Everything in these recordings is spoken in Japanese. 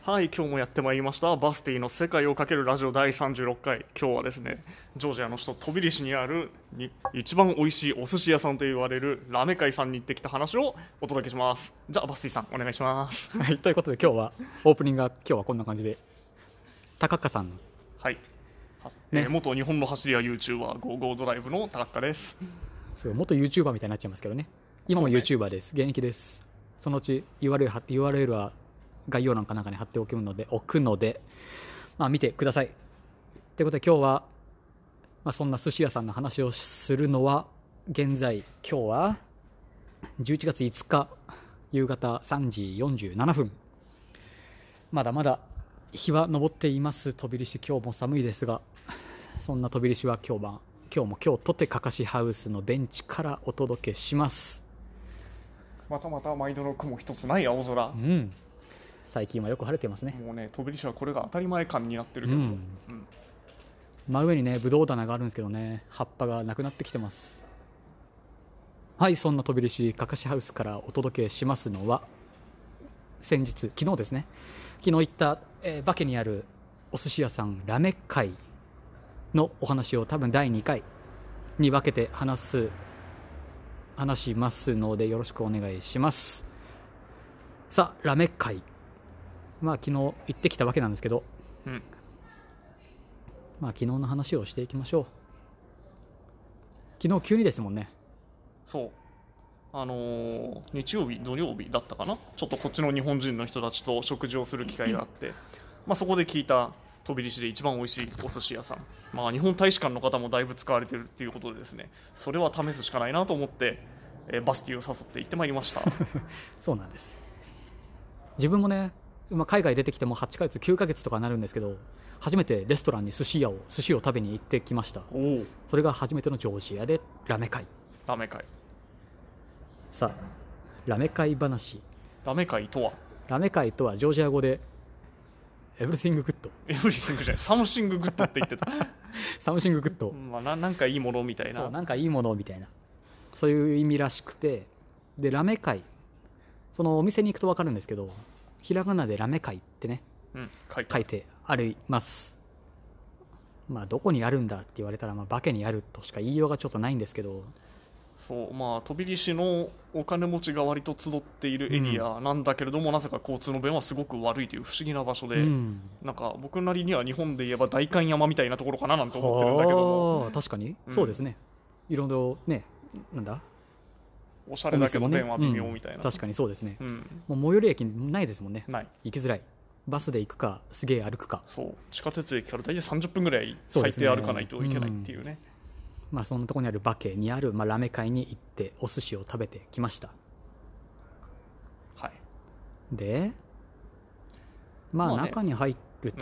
はい、今日もやってまいりましたバスティの世界をかけるラジオ第36回。今日はですね、ジョージアの首都トビリシにある一番美味しいお寿司屋さんと言われるラメ会さんに行ってきた話をお届けします。じゃあバスティさんお願いします。 はい、ということで今日はオープニングが今日はこんな感じで、高岡さん、 はい、 ね元日本の走り屋 YouTuber ゴーゴードライブの高岡です。 そう元 YouTuber みたいになっちゃいますけどね、今も YouTuber です。現役です。そのうち URL は概要欄かなんかに貼っておくので、まあ、見てください。ということで今日は、そんな寿司屋さんの話をするのは今日は11月5日夕方3時47分。まだまだ日は昇っています飛び石。今日も寒いですが、そんな飛び石は今日とてかかしハウスのベンチからお届けします。 また毎度の雲一つない青空。 最近はよく晴れてますね。 もうね、飛び石はこれが当たり前感になってるけど、 真上にねブドウ棚があるんですけどね、葉っぱがなくなってきてます。はい、そんな飛び石かかしハウスからお届けしますのは、昨日ですね、昨日行った、バケにあるお寿司屋さんラメ会のお話を多分第2回に分けて話しますのでよろしくお願いします。さあ、ラメ会、昨日行ってきたわけなんですけど、昨日の話をしていきましょう。昨日急にですもんね。 そう、日曜日土曜日だったかな、ちょっとこっちの日本人の人たちと食事をする機会があってそこで聞いた飛び石で一番美味しいお寿司屋さん、日本大使館の方もだいぶ使われてるっていうことでですね、それは試すしかないなと思って、バスティを誘って行ってまいりましたそうなんです。自分もね、海外出てきても8ヶ月9ヶ月とかなるんですけど、初めてレストランに寿司を食べに行ってきました。それが初めてのジョージアでラメ会。さあ、ラメ会話。 ラメ会とはジョージア語でエブリシンググッド。 エブリシングじゃない、サムシンググッドって言ってたサムシンググッド、 なんかいいものみたいな。 そう、なんかいいものみたいな、そういう意味らしくて、でラメ会、そのお店に行くと分かるんですけど、ひらがなでラメ会ってね、書いてあります。どこにあるんだって言われたら、バケにあるとしか言いようがちょっとないんですけど、 そう、飛び石のお金持ちが割と集っているエリアなんだけれども、なぜか交通の便はすごく悪いという不思議な場所で、なんか僕なりには日本で言えば代官山みたいなところかななんて思ってるんだけども、 確かに、そうですね。いろいろね、なんだ、 おしゃれだけど便は微妙みたいな、 確かにそうですね。もう最寄り駅ないですもんね。 ない、 行きづらい。バスで行くかすげえ歩くか。 そう、地下鉄駅から大体30分ぐらい最低歩かないといけないっていうね。 そんなところにあるバケにある、ラメ会に行ってお寿司を食べてきました。 はい。 で、中に入る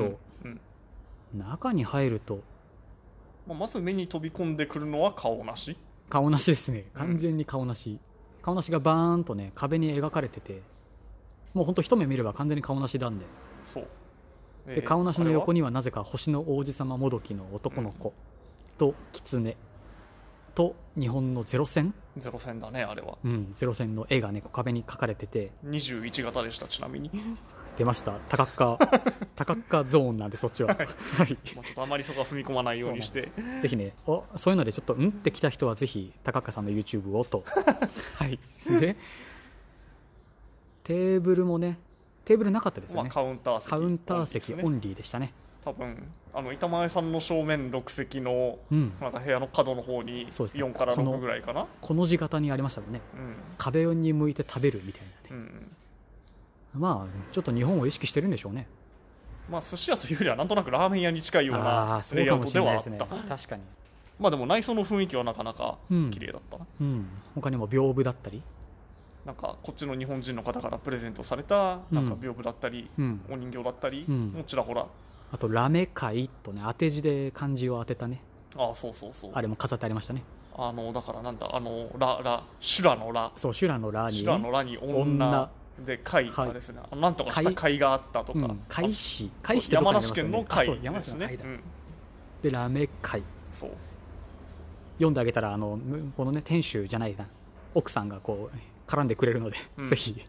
と、 まず目に飛び込んでくるのは顔なしですね。完全に顔なし、顔なしがバーンとね壁に描かれてて、もうほんと一目見れば完全に顔なしなんで。 そう、 で顔なしの横にはなぜか星の王子様もどきの男の子と狐と日本のゼロ戦だね、あれは。 ゼロ戦の絵がね壁に描かれてて、 21型でした。ちなみに出ました。多角化ゾーンなんで、そっちははい、 ちょっとあまりそこは踏み込まないようにして、 ぜひね、そういうのでちょっとってきた人はぜひ高岡さんの YouTube をとはいでテーブルもね、テーブルなかったですよね。 カウンター席オンリーでしたね。 多分板前さんの正面6席の、なんか部屋の角の方に4から6ぐらいかな、 この字型にありましたもんね。壁に向いて食べるみたいなね。ちょっと日本を意識してるんでしょうね。 寿司屋というよりはなんとなくラーメン屋に近いようなレイアウトではあった。 確かに。 でも内装の雰囲気はなかなか綺麗だったな。 他にも屏風だったり、 なんかこっちの日本人の方からプレゼントされたなんか屏風だったり、お人形だったり、もちらほら、 あとラメ会とね、当て字で漢字を当てたね、 そうあれも飾ってありましたね。 だからなんだ、修羅のラ、 そう、修羅のラに女で貝がですね、なんとかした貝があったとか、 貝師って山梨県の貝ですね。 でラメ会、 そう読んであげたらこのね店主じゃないな、奥さんがこう絡んでくれるので、ぜひ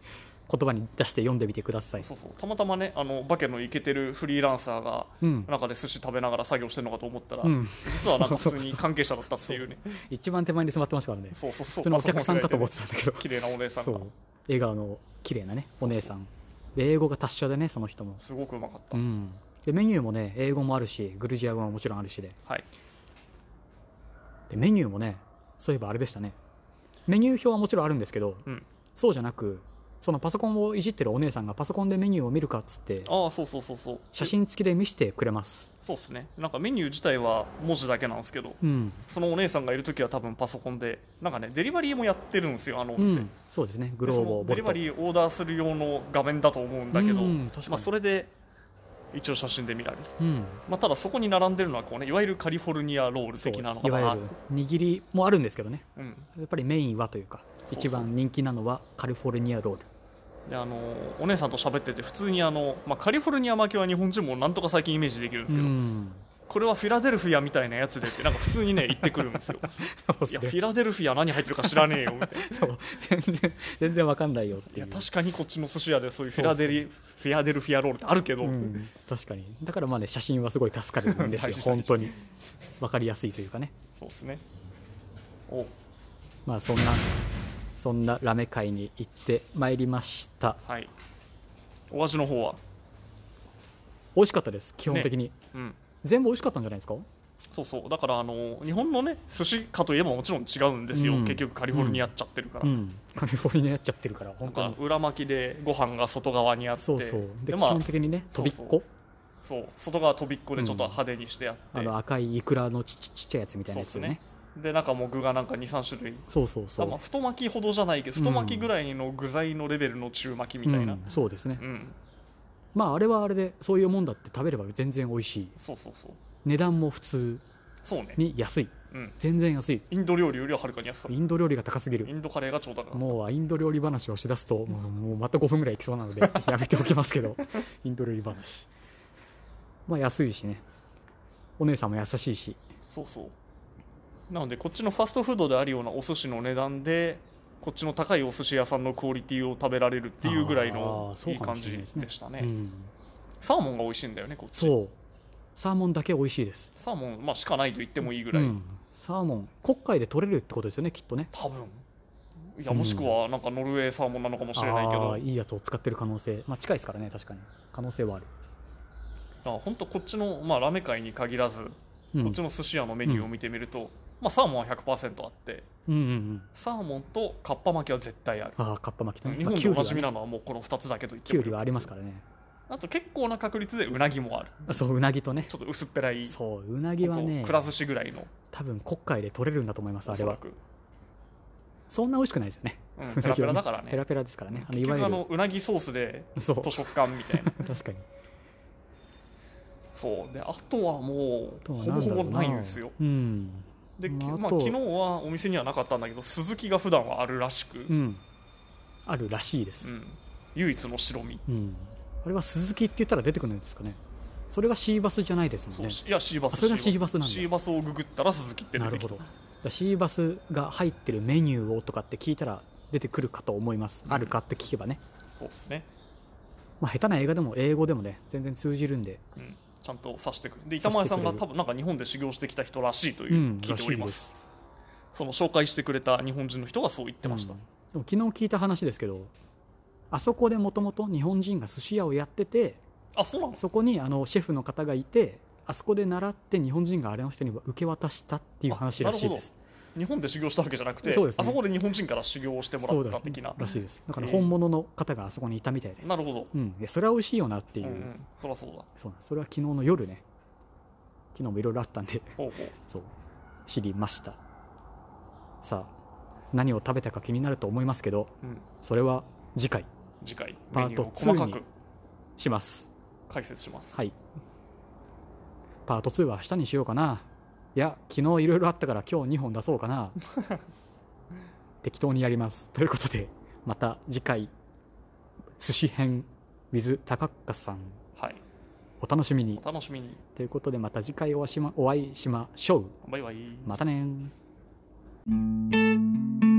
言葉に出して読んでみてください。 そうそう、たまたまねバケのイケてるフリーランサーがうん中で寿司食べながら作業してるのかと思ったら、 うん、 実はなんか普通に関係者だったっていうね。 一番手前に座ってましたからね。 そうそうそう、 普通のお客さんかと思ってパたんだけど、 ソコン開いてね綺麗なお姉さんがそう笑顔の綺麗なねお姉さんで、英語が達者でね、その人も。 すごくうまかった、 うんでメニューもね英語もあるしグルジア語ももちろんあるしはいでメニューもね、そういえばあれでしたね、メニュー表はもちろんあるんですけど、 うんそうじゃなくそのパソコンをいじってるお姉さんがパソコンでメニューを見るかっつってああそうそうそうそう、 写真付きで見せてくれます。 そうですね、なんかメニュー自体は文字だけなんですけど、 うん、 そのお姉さんがいるときは多分パソコンでなんかねデリバリーもやってるんですよおう店、 ん、そうですね、グローでそのボボットデリバリーオーダーする用の画面だと思うんだけど、 うん確かにまあ、それで一応写真で見られる、 うんまあ、ただそこに並んでるのはこう、ね、いわゆるカリフォルニアロールそう的なのがいわゆる握りもあるんですけどね、 うん、 やっぱりメインはというかそう一番人気なのはカリフォルニアロール。 でお姉さんと喋ってて普通にまあ、カリフォルニア巻きは日本人もなんとか最近イメージできるんですけど、 うんこれはフィラデルフィアみたいなやつでってなんか普通にね言ってくるんですよそうですねいやフィラデルフィア何入ってるか知らねえよみたいなそう全然わかんないよっていう。 いや確かにこっちの寿司屋でそういうフィラデルフィアロールってあるけど、 うん、確かにだからまあね写真はすごい助かるんですよ大事本当に分かりやすいというかね。 そうですねおまあそんなラメ会に行ってまいりました。 はいお味の方は美味しかったです基本的に、 うん全部美味しかったんじゃないですか。 そうそうだから日本のね寿司かといえばもちろん違うんですよ、 うん結局カリフォルニアやっちゃってるから、 うんカリフォルニアやっちゃってるからなん本当にか裏巻きでご飯が外側にあってそうそうで基まあ本的にねとびっそうこそう外側とびっこでちょっと派手にしてあって、 赤いイクラのちっちゃいやつみたいなやつよね。 で中も具がなんか 2,3 種類そうそうそう、 まあ、太巻きほどじゃないけど太巻きぐらいの具材のレベルの中巻きみたいな、 うんそうですね、 うんまああれはあれでそういうもんだって食べれば全然美味しい。 そうそうそう値段も普通そうね、 に安い、 うん、 全然安い。 インド料理よりははるかに安かったインド料理が高すぎる。 インドカレーが超高かったもうインド料理話をしだすともうまた5分ぐらいいきそうなのでやめておきますけどインド料理話まあ安いしね、お姉さんも優しいし。 そうそうなのでこっちのファストフードであるようなお寿司の値段でこっちの高いお寿司屋さんのクオリティを食べられるっていうぐらいのあーそうかいい感じもしれないですねでしたね。 うん、 サーモンが美味しいんだよねこっち。 そうサーモンだけ美味しいです。 サーモンまあしかないと言ってもいいぐらい、 うん、サーモン黒海で取れるってことですよねきっとね。 多分いやもしくはなんかノルウェーサーモンなのかもしれないけど、 あーいいやつを使ってる可能性、まあ近いですからね確かに可能性はある。 本当こっちの、まあ、ラメ界に限らず、 うんこっちの寿司屋のメニューを見てみると、まあ、サーモンは 100% あってうんうんうんサーモンとカッパ巻きは絶対ある。 ああカッパ巻きとね、 日まあ本でおなじみキュウリはねなのはもうこの2つだけと言ってもいい。 キュウリはありますからね。 あと結構な確率でうなぎもある。 あそううなぎとね、 ちょっと薄っぺらいそううなぎはねくら寿司ぐらいの多分黒海で取れるんだと思います。あれはおそらく、 そんな美味しくないですよね。 ペラペラだからね。 ペラペラですからね。い結局わゆるうなぎソースでそうと食感みたいな確かに。 そうであとはもうあとはほぼほぼんだろうないんですよ。 うん。 で、 まああと昨日はお店にはなかったんだけどスズキが普段はあるらしく、 うん。あるらしいです。 うん唯一の白身、 うん。あれはスズキって言ったら出てくるんですかね。それがシーバスじゃないですもんそうね。 いやシーバスあそれがシーバスなんだシーバスをググったらスズキって出てきた。 なるほど。だからシーバスが入ってるメニューをとかって聞いたら出てくるかと思います。あるかって聞けばね。 そうですね、 まあ下手な映画でも英語でもね全然通じるんで。 うん、ちゃんと指してくるで板前さんが多分なんか日本で修行してきた人らしいという、聞いております。その紹介してくれた日本人の人がそう言ってました、 でも昨日聞いた話ですけど、あそこでもともと日本人が寿司屋をやってて、 あそうなの。 そこにシェフの方がいて、あそこで習って日本人があれの人に受け渡したっていう話らしいです。 日本で修行したわけじゃなくて、 そうですねあそこで日本人から修行をしてもらった的ならしいです。だから本物の方があそこにいたみたいです。 なるほど、 うん、いやそれは美味しいよなっていう、 そりゃそうだ。 そうなんです。それは昨日の夜ね、昨日もいろいろあったんでほうほうそう知りました。さあ何を食べたか気になると思いますけど、 うん、 それは次回メニューを細かくします。 解説します。 はい。パート2は明日にしようかな。いや昨日いろいろあったから今日2本出そうかな適当にやります。ということでまた次回寿司編 with 高塚さん、 はい、 お楽しみに。 お楽しみに。 ということでまた次回お会いしましょう。 バイバイ。 またね。